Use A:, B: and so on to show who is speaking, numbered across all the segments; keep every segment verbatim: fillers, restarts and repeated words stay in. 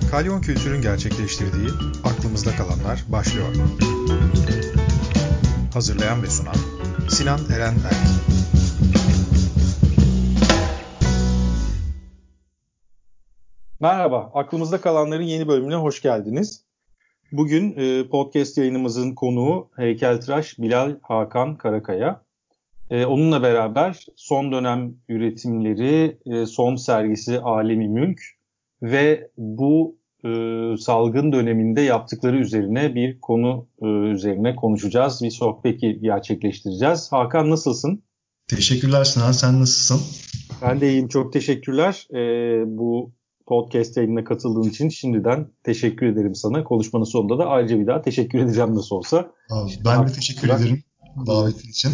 A: Kalyon Kültür'ün gerçekleştirdiği Aklımızda Kalanlar başlıyor. Hazırlayan ve sunan Sinan Eren Erk.
B: Merhaba, Aklımızda Kalanların yeni bölümüne hoş geldiniz. Bugün e, podcast yayınımızın konuğu heykeltıraş Bilal Hakan Karakaya. E, onunla beraber son dönem üretimleri, e, son sergisi Alemi Mülk ve bu e, salgın döneminde yaptıkları üzerine bir konu e, üzerine konuşacağız. Bir sohbet gerçekleştireceğiz. Hakan, nasılsın?
C: Teşekkürler Sinan, sen nasılsın?
B: Ben de iyiyim, çok teşekkürler. E, bu podcast yayınına katıldığın için şimdiden teşekkür ederim sana. Konuşmanın sonunda da ayrıca bir daha teşekkür edeceğim nasıl olsa.
C: Abi, ben de teşekkür ederim davetin için.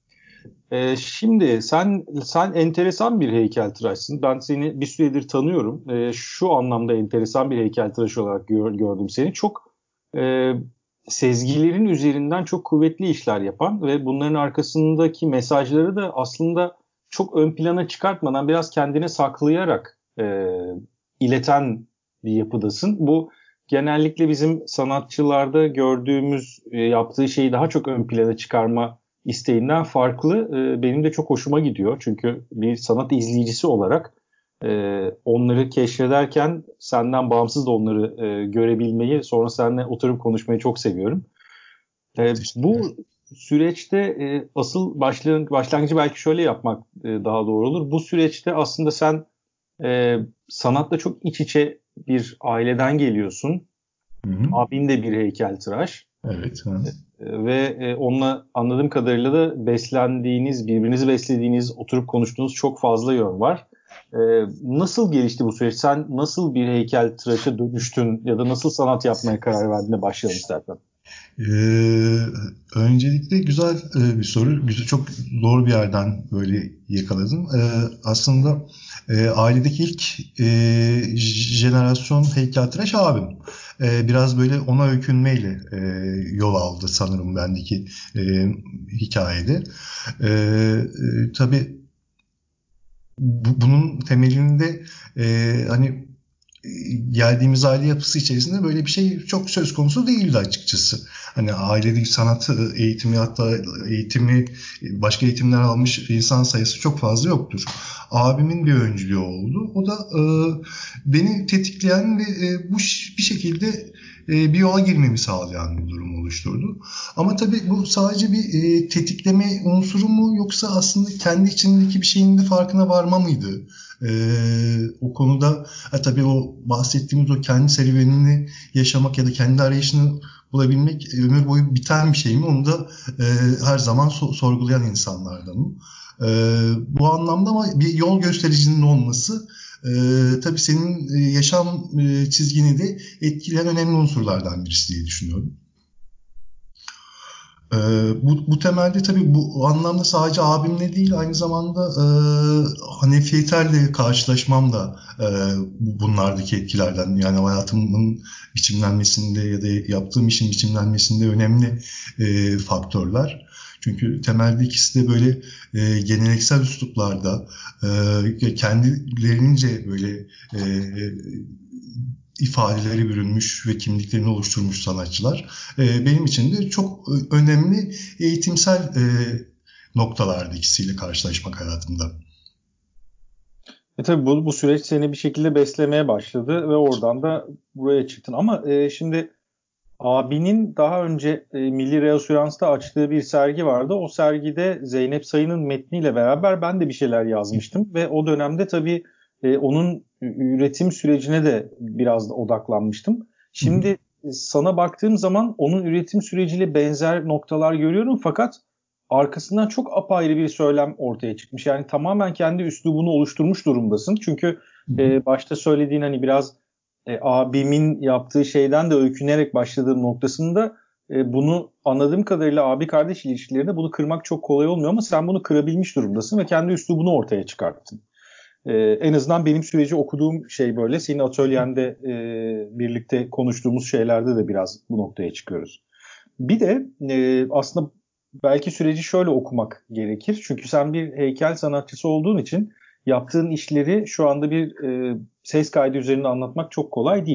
B: Ee, şimdi sen sen enteresan bir heykeltıraşsın. Ben seni bir süredir tanıyorum. Ee, şu anlamda enteresan bir heykeltıraş olarak gör, gördüm seni. Çok e, sezgilerin üzerinden çok kuvvetli işler yapan ve bunların arkasındaki mesajları da aslında çok ön plana çıkartmadan biraz kendine saklayarak e, ileten bir yapıdasın. Bu genellikle bizim sanatçılarda gördüğümüz e, yaptığı şeyi daha çok ön plana çıkarma isteğinden farklı. E, benim de çok hoşuma gidiyor. Çünkü bir sanat izleyicisi olarak e, onları keşfederken senden bağımsız da onları e, görebilmeyi, sonra seninle oturup konuşmayı çok seviyorum. E, bu süreçte e, asıl başlangıcı, başlangıcı belki şöyle yapmak e, daha doğru olur. Bu süreçte aslında sen e, sanatla çok iç içe bir aileden geliyorsun.
C: Hı hı.
B: Abin de bir heykeltıraş.
C: Evet. Hı.
B: Ve onunla anladığım kadarıyla da beslendiğiniz, birbirinizi beslediğiniz, oturup konuştuğunuz çok fazla yön var. Nasıl gelişti bu süreç? Sen nasıl bir heykeltıraşa dönüştün ya da nasıl sanat yapmaya karar verdiğine başlayalım istersen.
C: Ee, öncelikle güzel e, bir soru. Güzel, çok doğru bir yerden böyle yakaladın. Ee, aslında e, ailedeki ilk e, jenerasyon heykeltıraş abim. E, biraz böyle ona öykünmeyle e, yol aldı sanırım bendeki e, hikayede. E, e, tabii bu, bunun temelinde e, hani geldiğimiz aile yapısı içerisinde böyle bir şey çok söz konusu değildi açıkçası. Hani ailede sanat eğitimi, hatta eğitimi, başka eğitimler almış insan sayısı çok fazla yoktur. Abimin bir öncülüğü oldu. O da e, beni tetikleyen ve e, bu bir şekilde e, bir yola girmemi sağlayan bir durum oluşturdu. Ama tabii bu sadece bir e, tetikleme unsuru mu, yoksa aslında kendi içindeki bir şeyin de farkına varma mıydı? Ee, o konuda e, tabii o bahsettiğimiz o kendi serüvenini yaşamak ya da kendi arayışını bulabilmek e, ömür boyu biten bir şey mi? Onu da e, her zaman so- sorgulayan insanlardanım. E, bu anlamda ama bir yol göstericinin olması e, tabii senin e, yaşam e, çizgini de etkileyen önemli unsurlardan birisi diye düşünüyorum. Ee, bu, bu temelde tabii bu anlamda sadece abimle değil, aynı zamanda e, Hanefi Yeter'le karşılaşmam da e, bunlardaki etkilerden, yani hayatımın biçimlenmesinde ya da yaptığım işin biçimlenmesinde önemli e, faktörler. Çünkü temelde ikisi de böyle e, geleneksel üsluplarda e, kendilerince böyle e, ifadeleri bürünmüş ve kimliklerini oluşturmuş sanatçılar. E, benim için de çok önemli eğitimsel e, noktalardı ikisiyle karşılaşmak hayatımda.
B: E tabii bu, bu süreç seni bir şekilde beslemeye başladı ve oradan da buraya çıktın. Ama e, şimdi abinin daha önce e, Milli Reasürans'ta açtığı bir sergi vardı. O sergide Zeynep Sayın'ın metniyle beraber ben de bir şeyler yazmıştım. Ve o dönemde tabii e, onun üretim sürecine de biraz da odaklanmıştım. Şimdi e, sana baktığım zaman onun üretim süreciyle benzer noktalar görüyorum. Fakat arkasından çok apayrı bir söylem ortaya çıkmış. Yani tamamen kendi üslubunu oluşturmuş durumdasın. Çünkü e, başta söylediğin hani biraz e, abimin yaptığı şeyden de öykünerek başladığım noktasında e, bunu anladığım kadarıyla abi kardeş ilişkilerinde bunu kırmak çok kolay olmuyor ama sen bunu kırabilmiş durumdasın ve kendi üslubunu ortaya çıkarttın. E, en azından benim süreci okuduğum şey böyle. Senin atölyende e, birlikte konuştuğumuz şeylerde de biraz bu noktaya çıkıyoruz. Bir de e, aslında belki süreci şöyle okumak gerekir. Çünkü sen bir heykel sanatçısı olduğun için yaptığın işleri şu anda bir e, ses kaydı üzerinde anlatmak çok kolay değil.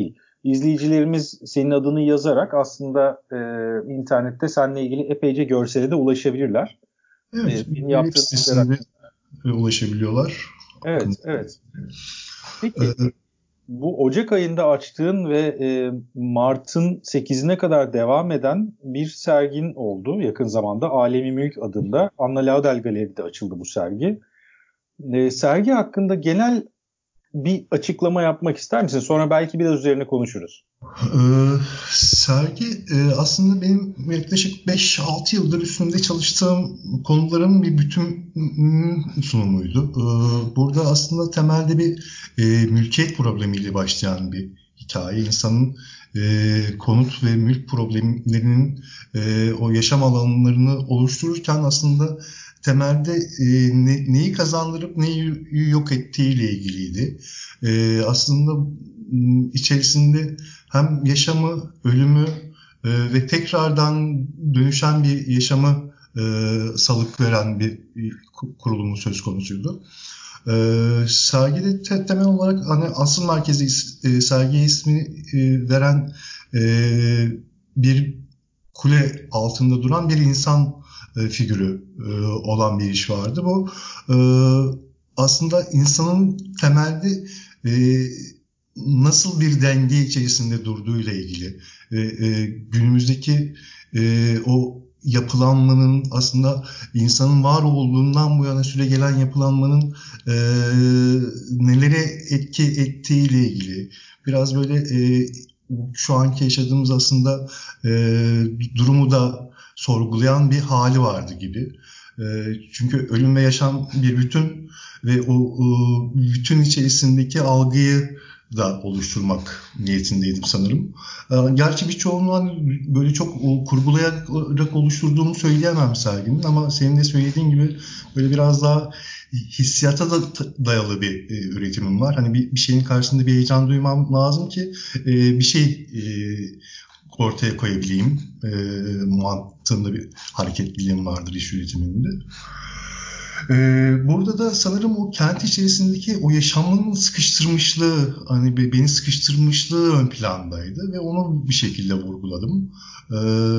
B: izleyicilerimiz senin adını yazarak aslında e, internette seninle ilgili epeyce görsele de ulaşabilirler.
C: Evet,
B: E,
C: web sitesinde ulaşabiliyorlar.
B: Evet, evet. Peki,
C: Ee,
B: bu Ocak ayında açtığın ve e, Mart'ın sekizine kadar devam eden bir sergin oldu yakın zamanda. Alemi Mülk adında. Anna Laudel Galeri'de açıldı bu sergi. E, sergi hakkında genel bir açıklama yapmak ister misin? Sonra belki biraz üzerine konuşuruz.
C: Ee, sergi e, aslında benim yaklaşık beş altı yıldır üstünde çalıştığım konuların bir bütün sunumuydu. Ee, burada aslında temelde bir e, mülkiyet problemiyle başlayan bir hikaye. İnsanın e, konut ve mülk problemlerinin e, o yaşam alanlarını oluştururken aslında temelde e, ne, neyi kazandırıp neyi yok ettiğiyle ilgiliydi. E, aslında içerisinde hem yaşamı, ölümü e, ve tekrardan dönüşen bir yaşamı e, salık veren bir kurulumu söz konusuydu. E, sergide te, temel olarak hani asıl merkezi e, sergiye ismi e, veren e, bir kule altında duran bir insan e, figürü e, olan bir iş vardı. Bu e, aslında insanın temelde e, nasıl bir denge içerisinde durduğuyla ilgili e, e, günümüzdeki e, o yapılanmanın aslında insanın var olduğundan bu yana süre gelen yapılanmanın e, nelere etki ettiğiyle ilgili biraz böyle e, şu anki yaşadığımız aslında e, durumu da sorgulayan bir hali vardı gibi. E, çünkü ölüm ve yaşam bir bütün ve o, o bütün içerisindeki algıyı da oluşturmak niyetindeydim sanırım. Gerçi birçoğunu hani böyle çok kurgulayarak oluşturduğumu söyleyemem serginin ama senin de söylediğin gibi böyle biraz daha hissiyata da dayalı bir e, üretimim var. Hani bir, bir şeyin karşısında bir heyecan duymam lazım ki e, bir şey e, ortaya koyabileyim. E, mantığında bir hareketliliğim vardır iş üretiminde. Ee, burada da sanırım o kent içerisindeki o yaşamın sıkıştırmışlığı, hani beni sıkıştırmışlığı ön plandaydı ve onu bir şekilde vurguladım. Ee,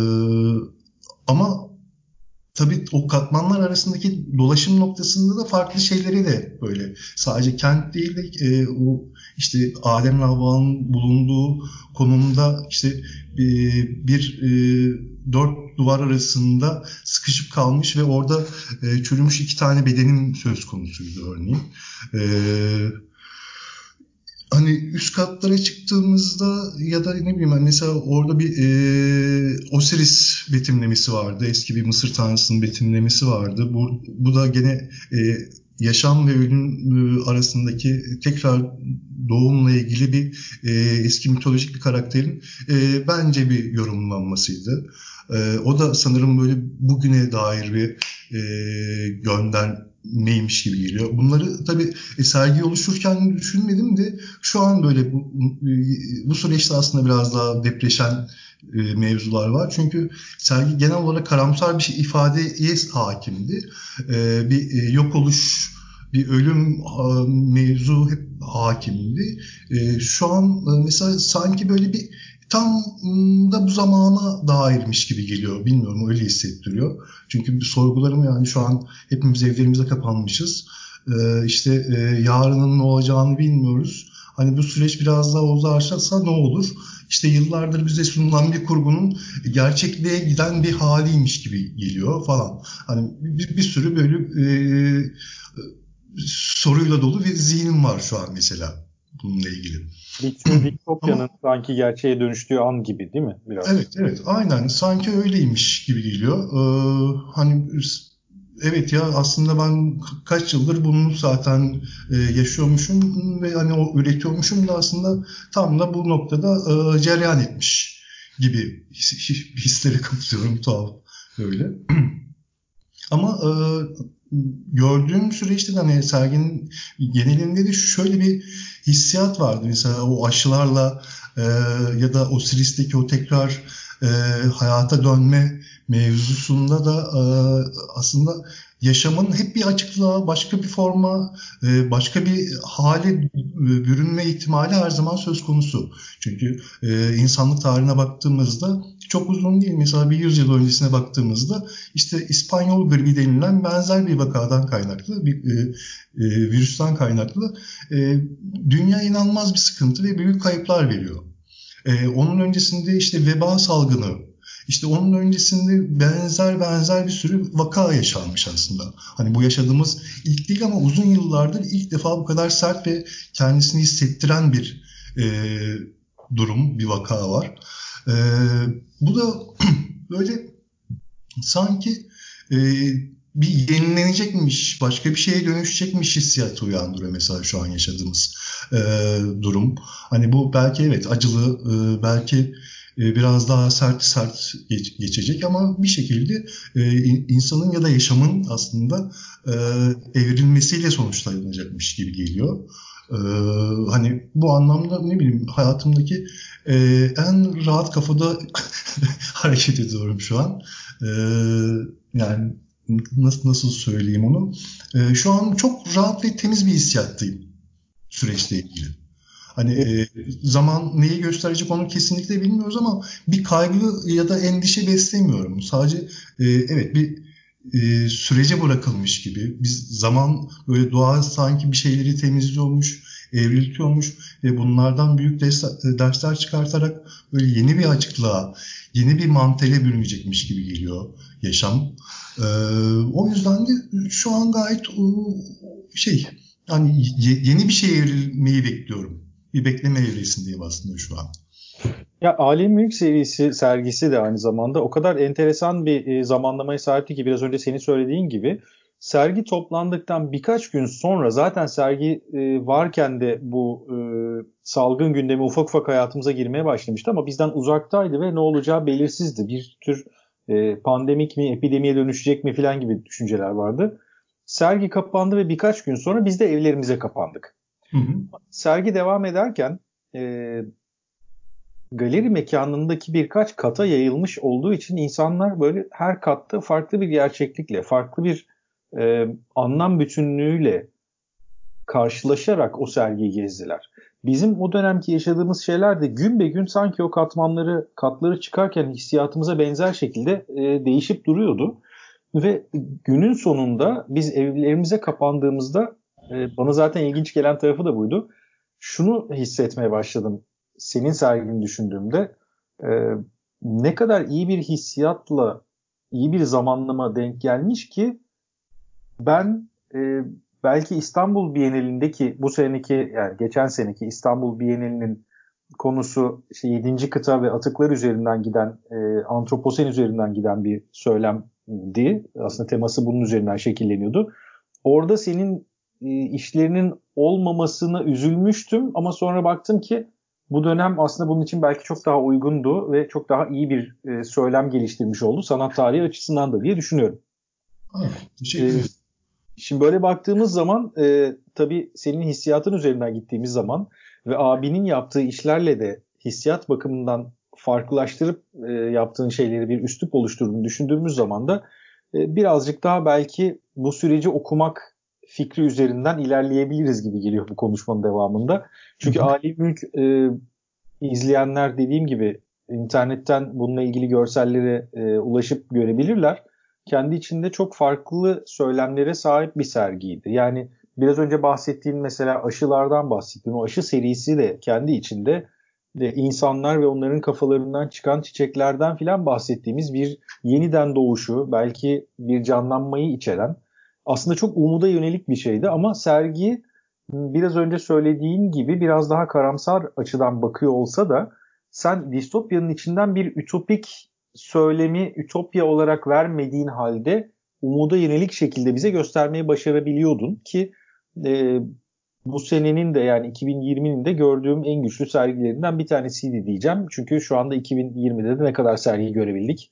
C: ama tabii o katmanlar arasındaki dolaşım noktasında da farklı şeyleri de böyle sadece kent değil de e, o işte Adem Havva'nın bulunduğu konumda işte e, bir e, dört duvar arasında sıkışıp kalmış ve orada e, çürümüş iki tane bedenin söz konusuydu örneğin. Eee Hani üst katlara çıktığımızda ya da ne bileyim hani mesela orada bir e, Osiris betimlemesi vardı. Eski bir Mısır tanrısının betimlemesi vardı. Bu, bu da gene e, yaşam ve ölüm e, arasındaki tekrar doğumla ilgili bir e, eski mitolojik bir karakterin e, bence bir yorumlanmasıydı. E, o da sanırım böyle bugüne dair bir e, göndermeymiş gibi geliyor. Bunları tabii e, sergi oluştururken düşünmedim de şu an böyle bu, bu süreçte aslında biraz daha depreşen e, mevzular var. Çünkü sergi genel olarak karamsar bir şey, ifadeye hakimdi. E, bir e, yok oluş, bir ölüm a, mevzu hep hakimdi. E, şu an e, mesela sanki böyle bir tam da bu zamana dairmiş gibi geliyor. Bilmiyorum, öyle hissettiriyor. Çünkü bir sorgularım yani şu an hepimiz evlerimize kapanmışız. Ee, işte e, yarının ne olacağını bilmiyoruz. Hani bu süreç biraz daha uzarsa ne olur? İşte yıllardır bize sunulan bir kurgunun gerçekliğe giden bir haliymiş gibi geliyor falan. Hani bir, bir sürü böyle e, soruyla dolu bir zihnim var şu an mesela bununla ilgili.
B: Bir tür distopyanın sanki gerçeğe dönüştüğü an gibi değil mi? Biraz.
C: Evet, evet, aynen. Sanki öyleymiş gibi geliyor. Ee, hani evet ya, aslında ben kaç yıldır bunu zaten e, yaşıyormuşum ve hani o üretiyormuşum da aslında tam da bu noktada e, cereyan etmiş gibi his, hislere kapılıyorum, tuhaf böyle. Ama e, gördüğüm süreçte de hani serginin genelinde de şöyle bir hissiyat vardı. Mesela o aşılarla e, ya da Osiris'teki o tekrar e, hayata dönme mevzusunda da e, aslında yaşamın hep bir açıklığa, başka bir forma, başka bir hale bürünme ihtimali her zaman söz konusu. Çünkü insanlık tarihine baktığımızda çok uzun değil. Mesela bir yüz yıl öncesine baktığımızda işte İspanyol gribi denilen benzer bir vakadan kaynaklı, bir virüsten kaynaklı dünya inanılmaz bir sıkıntı ve büyük kayıplar veriyor. Onun öncesinde işte veba salgını, İşte onun öncesinde benzer benzer bir sürü vaka yaşanmış aslında. Hani bu yaşadığımız ilk değil ama uzun yıllardır ilk defa bu kadar sert ve kendisini hissettiren bir e, durum, bir vaka var. E, bu da böyle sanki e, bir yenilenecekmiş, başka bir şeye dönüşecekmiş hissiyatı uyandırıyor mesela şu an yaşadığımız e, durum. Hani bu belki evet acılı, e, belki biraz daha sert sert geçecek ama bir şekilde insanın ya da yaşamın aslında evrilmesiyle sonuçlanacakmış gibi geliyor. Hani bu anlamda ne bileyim hayatımdaki en rahat kafada hareket ediyorum şu an. Yani nasıl nasıl söyleyeyim onu? Şu an çok rahat ve temiz bir hissiyattayım süreçle ilgili. Hani e, zaman neyi gösterecek onu kesinlikle bilmiyoruz ama bir kaygı ya da endişe beslemiyorum. Sadece e, evet bir e, sürece bırakılmış gibi. Biz zaman böyle doğa sanki bir şeyleri temizliyormuş, evriltiyormuş ve bunlardan büyük dersler, dersler çıkartarak böyle yeni bir açıklığa, yeni bir mantele bürünecekmiş gibi geliyor yaşam. E, o yüzden de şu an gayet o, şey yani yeni bir şey evrilmeyi bekliyorum. Bir bekleme evresindeyim aslında şu an.
B: Ya Alem Mülk serisi sergisi de aynı zamanda o kadar enteresan bir e, zamanlamaya sahipti ki biraz önce senin söylediğin gibi sergi toplandıktan birkaç gün sonra zaten sergi e, varken de bu e, salgın gündemi ufak ufak hayatımıza girmeye başlamıştı ama bizden uzaktaydı ve ne olacağı belirsizdi. Bir tür e, pandemik mi, epidemiye dönüşecek mi falan gibi düşünceler vardı. Sergi kapandı ve birkaç gün sonra biz de evlerimize kapandık.
C: Hı hı.
B: Sergi devam ederken e, galeri mekanındaki birkaç kata yayılmış olduğu için insanlar böyle her katta farklı bir gerçeklikle, farklı bir e, anlam bütünlüğüyle karşılaşarak o sergiyi gezdiler. Bizim o dönemki yaşadığımız şeyler de gün be gün sanki o katmanları, katları çıkarken hissiyatımıza benzer şekilde e, değişip duruyordu. Ve günün sonunda biz evlerimize kapandığımızda e, bana zaten ilginç gelen tarafı da buydu. Şunu hissetmeye başladım senin sergini düşündüğümde. E, ne kadar iyi bir hissiyatla iyi bir zamanlama denk gelmiş ki ben e, belki İstanbul Bienalindeki bu seneki yani geçen seneki İstanbul Bienalinin konusu işte yedinci kıta ve atıklar üzerinden giden e, antroposen üzerinden giden bir söylemdi. Aslında teması bunun üzerinden şekilleniyordu. Orada senin e, işlerinin olmamasına üzülmüştüm ama sonra baktım ki bu dönem aslında bunun için belki çok daha uygundu ve çok daha iyi bir e, söylem geliştirmiş oldu sanat tarihi açısından da diye düşünüyorum.
C: Ha, teşekkür ederim.
B: E, Şimdi böyle baktığımız zaman e, tabii senin hissiyatın üzerinden gittiğimiz zaman ve abinin yaptığı işlerle de hissiyat bakımından farklılaştırıp e, yaptığın şeyleri bir üslup oluşturduğunu düşündüğümüz zaman da e, birazcık daha belki bu süreci okumak fikri üzerinden ilerleyebiliriz gibi geliyor bu konuşmanın devamında. Çünkü Ali Mülk e, izleyenler dediğim gibi internetten bununla ilgili görsellere e, ulaşıp görebilirler. Kendi içinde çok farklı söylemlere sahip bir sergiydi. Yani biraz önce bahsettiğin mesela aşılardan bahsettiğin o aşı serisi de kendi içinde de insanlar ve onların kafalarından çıkan çiçeklerden filan bahsettiğimiz bir yeniden doğuşu, belki bir canlanmayı içeren aslında çok umuda yönelik bir şeydi ama sergi biraz önce söylediğin gibi biraz daha karamsar açıdan bakıyor olsa da sen distopyanın içinden bir ütopik söylemi ütopya olarak vermediğin halde umuda yönelik şekilde bize göstermeyi başarabiliyordun ki e, bu senenin de yani iki bin yirminin de gördüğüm en güçlü sergilerinden bir tanesiydi diyeceğim. Çünkü şu anda iki bin yirmide de ne kadar sergi görebildik.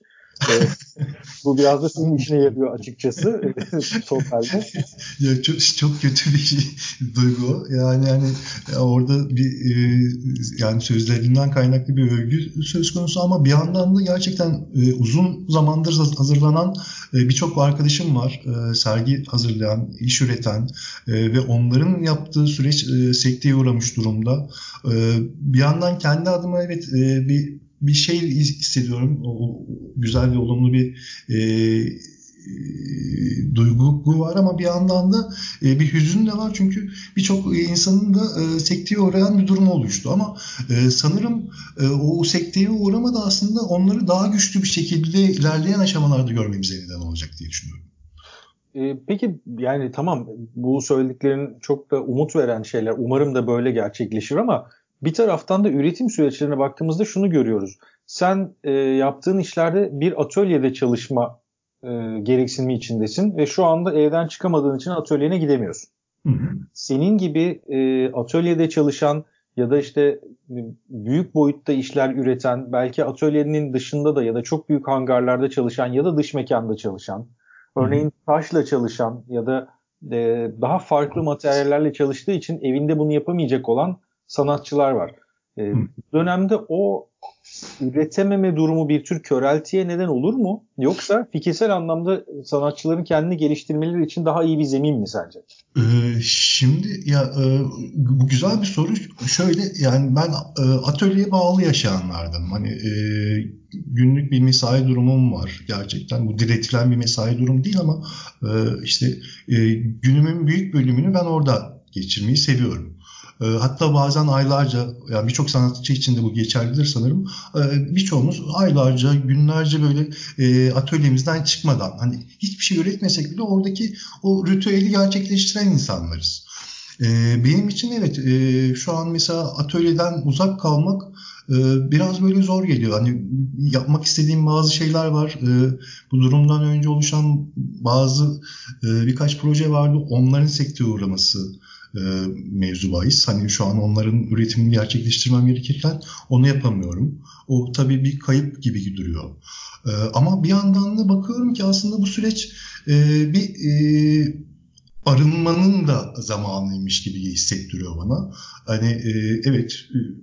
B: E, bu biraz da senin işine yarıyor açıkçası. Totalde.
C: Ya çok çok kötü bir şey, duygu o. Yani yani orada bir e, yani sözlerinden kaynaklı bir övgü söz konusu ama bir yandan da gerçekten e, uzun zamandır hazırlanan e, birçok arkadaşım var. E, sergi hazırlayan, iş üreten e, ve onların yaptığı süreç e, sekteye uğramış durumda. E, bir yandan kendi adıma evet e, bir bir şey hissediyorum. O, güzel ve olumlu bir e, e, duygu var ama bir yandan da e, bir hüzün de var çünkü birçok insanın da e, sekteye uğrayan bir durum oluştu ama e, sanırım e, o sekteye uğramadı aslında onları daha güçlü bir şekilde ilerleyen aşamalarda görmemize neden olacak diye düşünüyorum.
B: E, peki yani tamam, bu söylediklerin çok da umut veren şeyler, umarım da böyle gerçekleşir ama bir taraftan da üretim süreçlerine baktığımızda şunu görüyoruz. Sen e, yaptığın işlerde bir atölyede çalışma e, gereksinimi içindesin ve şu anda evden çıkamadığın için atölyene gidemiyorsun.
C: Hı hı.
B: Senin gibi e, atölyede çalışan ya da işte büyük boyutta işler üreten, belki atölyenin dışında da ya da çok büyük hangarlarda çalışan ya da dış mekanda çalışan, örneğin taşla çalışan ya da e, daha farklı materyallerle çalıştığı için evinde bunu yapamayacak olan sanatçılar var. E,
C: Hı.
B: bu dönemde o üretememe durumu bir tür köreltiye neden olur mu? Yoksa fikirsel anlamda sanatçıların kendini geliştirmeleri için daha iyi bir zemin mi sence?
C: Ee, şimdi ya e, bu güzel bir soru. Şöyle yani ben e, atölyeye bağlı yaşayanlardım. Hani e, günlük bir mesai durumum var gerçekten. Bu diretilen bir mesai durum değil ama e, işte e, günümün büyük bölümünü ben orada geçirmeyi seviyorum. E, hatta bazen aylarca, yani birçok sanatçı için de bu geçerlidir sanırım. E, birçoğumuz aylarca, günlerce böyle e, atölyemizden çıkmadan, hani hiçbir şey üretmesek bile oradaki o ritüeli gerçekleştiren insanlarız. E, benim için evet e, şu an mesela atölyeden uzak kalmak e, biraz böyle zor geliyor. Hani yapmak istediğim bazı şeyler var. E, bu durumdan önce oluşan bazı e, birkaç proje vardı. Onların sekteye uğraması e, mevzu bahis. Hani şu an onların üretimini gerçekleştirmem gerekirken onu yapamıyorum. O tabii bir kayıp gibi duruyor. E, ama bir yandan da bakıyorum ki aslında bu süreç e, bir e, arınmanın da zamanıymış gibi hissettiriyor bana. Hani e, evet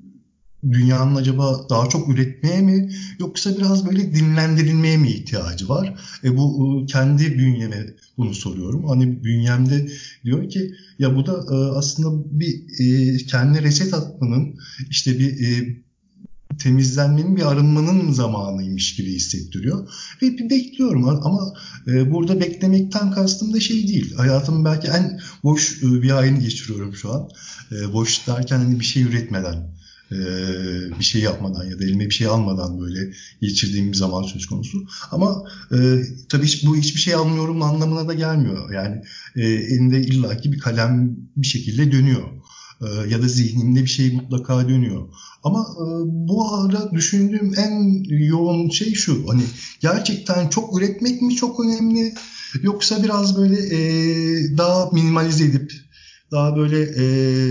C: dünyanın acaba daha çok üretmeye mi yoksa biraz böyle dinlendirilmeye mi ihtiyacı var? E bu kendi bünyeme bunu soruyorum. Hani bünyemde diyor ki ya bu da e, aslında bir e, kendine reset atmanın, işte bir e, temizlenmenin, bir arınmanın zamanıymış gibi hissettiriyor. Ve bir bekliyorum ama e, burada beklemekten kastım da şey değil. Hayatımın belki en boş e, bir ayını geçiriyorum şu an. E, boş derken hani bir şey üretmeden, e, bir şey yapmadan ya da elime bir şey almadan böyle geçirdiğim bir zaman söz konusu. Ama e, tabii bu hiçbir şey almıyorum anlamına da gelmiyor. Yani e, elinde illaki bir kalem bir şekilde dönüyor. Ya da zihnimde bir şey mutlaka dönüyor. Ama e, bu ara düşündüğüm en yoğun şey şu. Hani gerçekten çok üretmek mi çok önemli? Yoksa biraz böyle e, daha minimalize edip daha böyle e,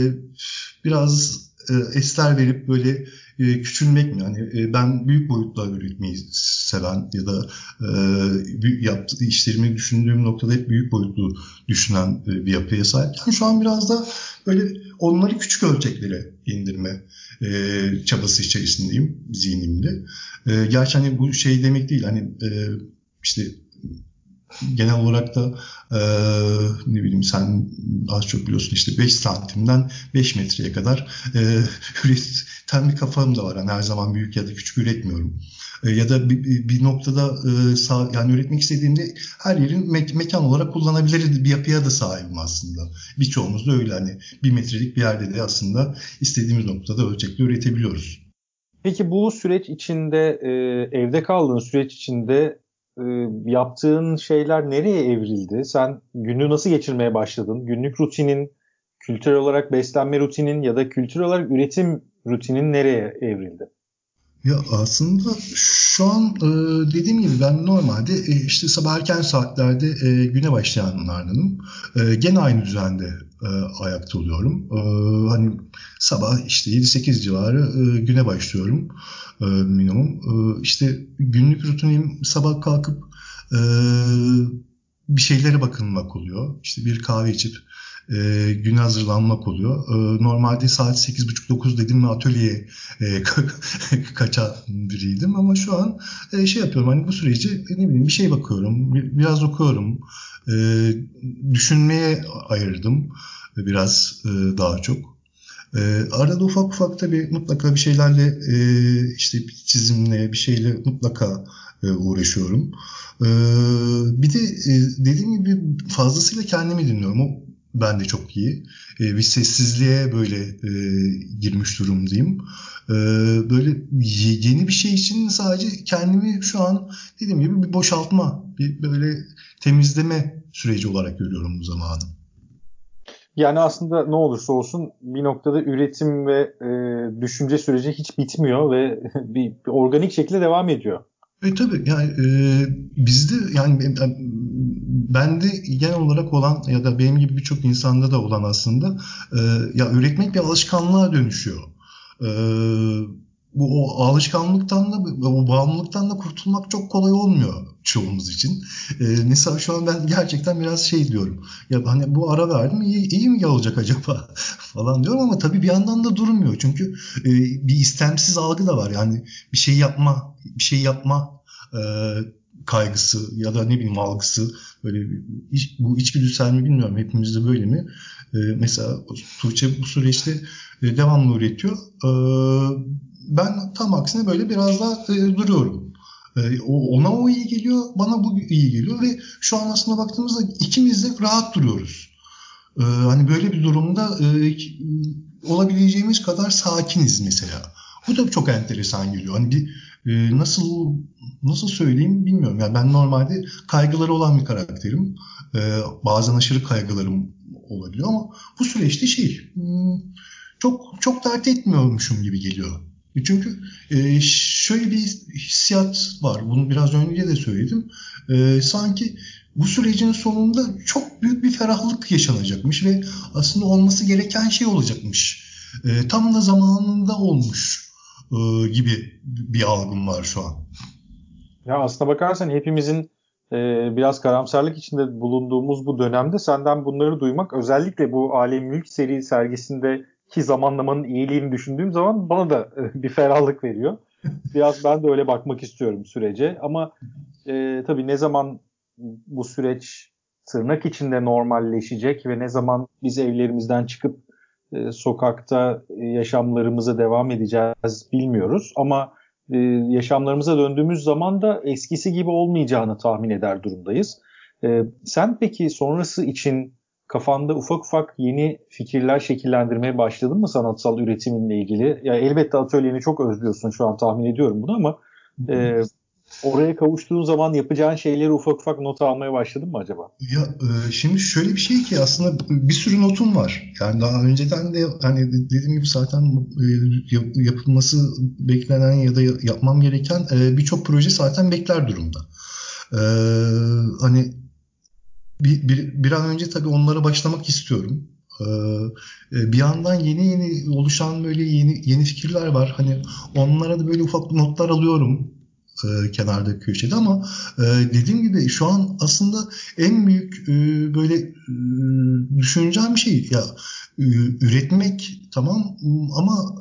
C: biraz e, esler verip böyle e, küçülmek mi? Yani e, ben büyük boyutla üretmeyi seven ya da e, yaptığı işlerimi düşündüğüm noktada hep büyük boyutlu düşünen e, bir yapıya sahipken şu an biraz da böyle onları küçük ölçeklere indirme e, çabası içerisindeyim zihnimde. E, gerçi hani bu şey demek değil, hani e, işte genel olarak da e, ne bileyim sen az çok biliyorsun işte beş santimden beş metreye kadar e, üreten bir kafam da var. Yani her zaman büyük ya da küçük üretmiyorum. E, ya da bir, bir noktada e, sağ, yani üretmek istediğimde her yerin me- mekan olarak kullanabilir bir yapıya da sahibim aslında. Birçoğumuz da öyle, hani bir metrelik bir yerde de aslında istediğimiz noktada ölçekle üretebiliyoruz.
B: Peki bu süreç içinde, e, evde kaldığın süreç içinde e, yaptığın şeyler nereye evrildi? Sen günü nasıl geçirmeye başladın? Günlük rutinin, kültürel olarak beslenme rutinin ya da kültürel olarak üretim rutinin nereye evrildi?
C: Ya aslında şu an e, dediğim gibi ben normalde e, işte sabah erken saatlerde e, güne başlayanlardanım. E, gene aynı düzende e, ayakta oluyorum. E, hani sabah işte yedi sekiz civarı e, güne başlıyorum e, minimum. E, işte günlük rutinim sabah kalkıp e, bir şeylere bakınmak oluyor. İşte bir kahve içip e, güne hazırlanmak oluyor. E, normalde saat sekiz buçuk dokuz dedim mi atölyeye e, kaçan biriydim ama şu an e, şey yapıyorum, hani bu süreci e, ne bileyim bir şey bakıyorum, biraz okuyorum, e, düşünmeye ayırdım biraz e, daha çok. E, arada ufak ufak tabii mutlaka bir şeylerle e, işte bir çizimle bir şeyle mutlaka e, uğraşıyorum. E, bir de e, dediğim gibi fazlasıyla kendimi dinliyorum. O ben de çok iyi. E, bir sessizliğe böyle e, girmiş durumdayım. E, böyle yeni bir şey için sadece kendimi şu an dediğim gibi bir boşaltma, bir böyle temizleme süreci olarak görüyorum bu zamanı.
B: Yani aslında ne olursa olsun bir noktada üretim ve e, düşünce süreci hiç bitmiyor ve bir, bir organik şekilde devam ediyor.
C: E tabii yani e, bizde yani ben- bende genel olarak olan ya da benim gibi birçok insanda da olan aslında e, ya üretmek bir alışkanlığa dönüşüyor. E, bu o alışkanlıktan da o bağımlılıktan da kurtulmak çok kolay olmuyor çoğumuz için. E, mesela şu an ben gerçekten biraz şey diyorum. Ya hani bu ara verdim iyi, iyi mi olacak acaba falan diyorum ama tabii bir yandan da durmuyor. Çünkü e, bir istemsiz algı da var. Yani bir şey yapma, bir şey yapma e, kaygısı ya da ne bileyim algısı, böyle bir, iç, bu içgüdüsel mi bilmiyorum, hepimizde böyle mi? E, mesela Tuğçe bu süreçte e, devamlı üretiyor. E, ben tam aksine böyle biraz daha e, duruyorum. E, ona o iyi geliyor, bana bu iyi geliyor ve şu an aslında baktığımızda ikimiz de rahat duruyoruz. E, hani böyle bir durumda e, olabileceğimiz kadar sakiniz mesela. Bu da çok enteresan geliyor. Hani bir e, nasıl nasıl söyleyeyim bilmiyorum. Yani ben normalde kaygıları olan bir karakterim. E, bazen aşırı kaygılarım olabiliyor ama bu süreçte şey hmm, çok çok dert etmiyormuşum gibi geliyor. Çünkü e, şöyle bir hissiyat var. Bunu biraz önce de söyledim. E, sanki bu sürecin sonunda çok büyük bir ferahlık yaşanacakmış ve aslında olması gereken şey olacakmış. E, tam da zamanında olmuş e, gibi bir algım var şu an.
B: Ya aslına bakarsan hepimizin e, biraz karamsarlık içinde bulunduğumuz bu dönemde senden bunları duymak, özellikle bu Alem Mülk seri sergisindeki zamanlamanın iyiliğini düşündüğüm zaman bana da e, bir ferahlık veriyor. Biraz ben de öyle bakmak istiyorum sürece ama e, tabii ne zaman bu süreç tırnak içinde normalleşecek ve ne zaman biz evlerimizden çıkıp e, sokakta e, yaşamlarımıza devam edeceğiz bilmiyoruz ama e, yaşamlarımıza döndüğümüz zaman da eskisi gibi olmayacağını tahmin eder durumdayız. E, sen peki sonrası için kafanda ufak ufak yeni fikirler şekillendirmeye başladın mı sanatsal üretiminle ilgili? Ya elbette atölyeni çok özlüyorsun şu an, tahmin ediyorum bunu, ama e, oraya kavuştuğun zaman yapacağın şeyleri ufak ufak not almaya başladın mı acaba?
C: Ya e, şimdi şöyle bir şey ki aslında bir sürü notum var. Yani daha önceden de hani dediğim gibi zaten e, yap- yapılması beklenen ya da yapmam gereken e, birçok proje zaten bekler durumda. E, hani bir, bir, bir an önce tabii onlara başlamak istiyorum. Ee, e, bir yandan yeni yeni oluşan böyle yeni yeni fikirler var. Hani onlara da böyle ufak notlar alıyorum e, kenarda köşede ama e, dediğim gibi şu an aslında en büyük e, böyle e, düşüneceğim şey ya e, üretmek tamam ama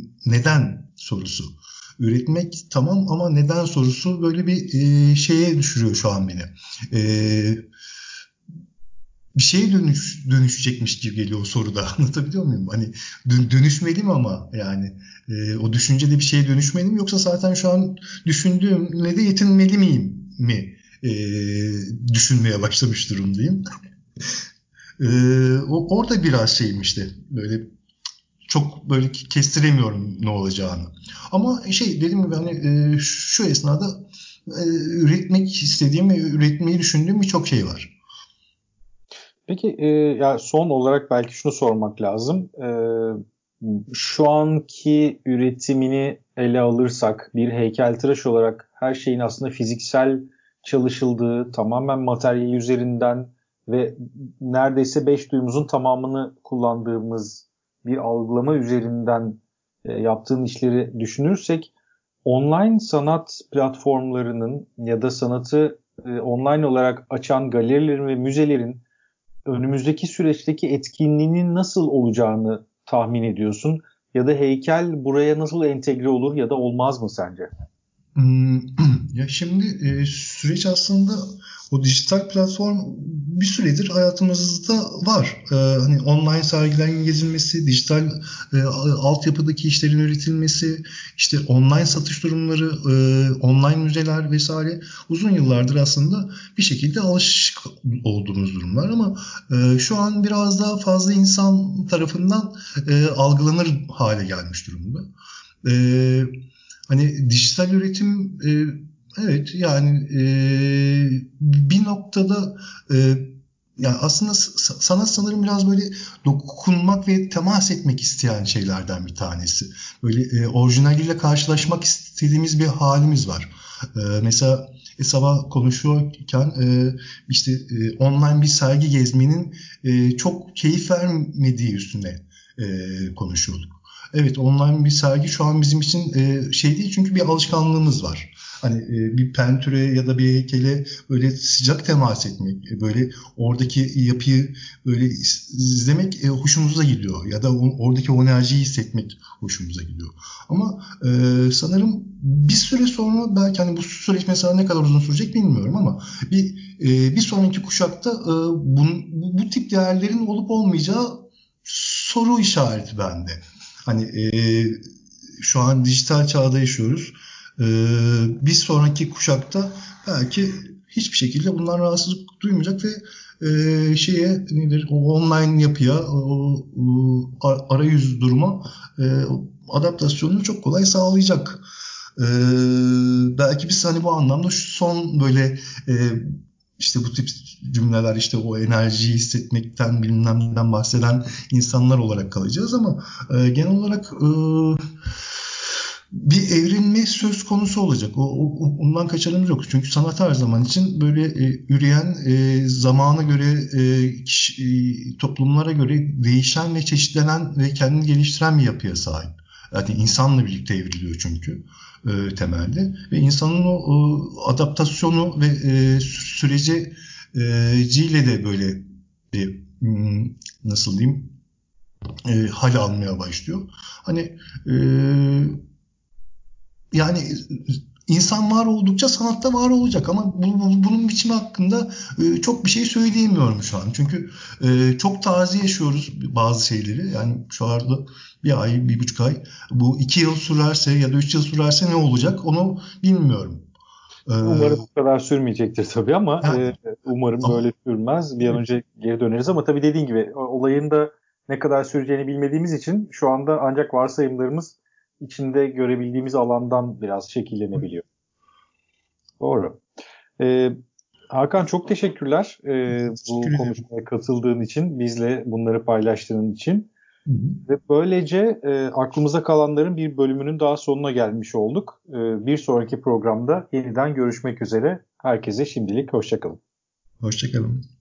C: neden sorusu. Üretmek tamam ama neden sorusu böyle bir e, şeye düşürüyor şu an beni. E, bir şeye dönüş, dönüşecekmiş gibi geliyor o soruda. Anlatabiliyor muyum? Hani dönüşmeli mi ama yani e, o düşüncede bir şeye dönüşmeli mi yoksa zaten şu an düşündüğümle de yetinmeli miyim mi e, düşünmeye başlamış durumdayım. E, o, orada biraz şeyim işte böyle çok böyle kestiremiyorum ne olacağını. Ama şey dediğim gibi hani e, şu esnada e, üretmek istediğim ve üretmeyi düşündüğüm birçok şey var.
B: Peki e, ya son olarak belki şunu sormak lazım. E, şu anki üretimini ele alırsak bir heykeltıraş olarak her şeyin aslında fiziksel çalışıldığı, tamamen materyal üzerinden ve neredeyse beş duyumuzun tamamını kullandığımız bir algılama üzerinden e, yaptığın işleri düşünürsek online sanat platformlarının ya da sanatı e, online olarak açan galerilerin ve müzelerin önümüzdeki süreçteki etkinliğinin nasıl olacağını tahmin ediyorsun? Ya da heykel buraya nasıl entegre olur ya da olmaz mı sence?
C: Hmm, ya şimdi e, süreç aslında o dijital platform bir süredir hayatımızda var. E, hani online sergilerin gezilmesi, dijital e, altyapıdaki işlerin üretilmesi, işte online satış durumları, e, online müzeler vesaire uzun yıllardır aslında bir şekilde alışık olduğumuz durumlar ama e, şu an biraz daha fazla insan tarafından e, algılanır hale gelmiş durumda. E, Hani dijital üretim e, evet yani e, bir noktada e, yani aslında sanat sanırım biraz böyle dokunmak ve temas etmek isteyen şeylerden bir tanesi. Böyle e, orijinaliyle karşılaşmak istediğimiz bir halimiz var. E, mesela e, sabah konuşuyorken e, işte e, online bir sergi gezmenin e, çok keyif vermediği üstüne e, konuşuyorduk. Evet, online bir sergi şu an bizim için e, şey değil çünkü bir alışkanlığımız var. Hani e, bir pentüre ya da bir heykele böyle sıcak temas etmek, e, böyle oradaki yapıyı böyle izlemek e, hoşumuza gidiyor ya da o, oradaki o enerjiyi hissetmek hoşumuza gidiyor. Ama e, sanırım bir süre sonra belki hani bu süreç mesela ne kadar uzun sürecek bilmiyorum ama bir e, bir sonraki kuşakta e, bu, bu, bu tip değerlerin olup olmayacağı soru işareti bende. Hani e, şu an dijital çağda yaşıyoruz. E, bir sonraki kuşakta belki hiçbir şekilde bundan rahatsızlık duymayacak ve e, şeye nedir o online yapıya, o, o arayüz duruma e, adaptasyonunu çok kolay sağlayacak. E, belki biz hani bu anlamda şu son böyle e, işte bu tip cümleler işte o enerjiyi hissetmekten bilmem neden bahseden insanlar olarak kalacağız ama e, genel olarak e, bir evrilme söz konusu olacak. O, o, ondan kaçarımız yok. Çünkü sanat her zaman için böyle e, üreyen, e, zamana göre, e, kişi, e, toplumlara göre değişen ve çeşitlenen ve kendini geliştiren bir yapıya sahip. Yani insanla birlikte evriliyor çünkü e, temelde. Ve insanın o, o adaptasyonu ve e, süreci e, ciyle de böyle bir nasıl diyeyim e, hal almaya başlıyor. Hani e, yani insan var oldukça sanatta var olacak ama bu, bu, bunun biçimi hakkında e, çok bir şey söyleyemiyorum şu an. Çünkü e, çok taze yaşıyoruz bazı şeyleri. Yani şu anda bir ay, bir buçuk ay. Bu iki yıl sürerse ya da üç yıl sürerse ne olacak onu bilmiyorum.
B: Umarım bu kadar sürmeyecektir tabii ama
C: Yani,
B: e, umarım
C: ama,
B: böyle sürmez. Bir an
C: evet.
B: önce geri döneriz ama tabii dediğin gibi olayın da ne kadar süreceğini bilmediğimiz için şu anda ancak varsayımlarımız içinde görebildiğimiz alandan biraz şekillenebiliyor. Doğru. Ee, Hakan çok teşekkürler e, bu
C: Teşekkür ederim.
B: konuşmaya katıldığın için, bizle bunları paylaştığın için.
C: Hı hı.
B: Ve böylece e, aklımıza kalanların bir bölümünün daha sonuna gelmiş olduk. E, bir sonraki programda yeniden görüşmek üzere. Herkese şimdilik hoşça kalın.
C: Hoşça kalın.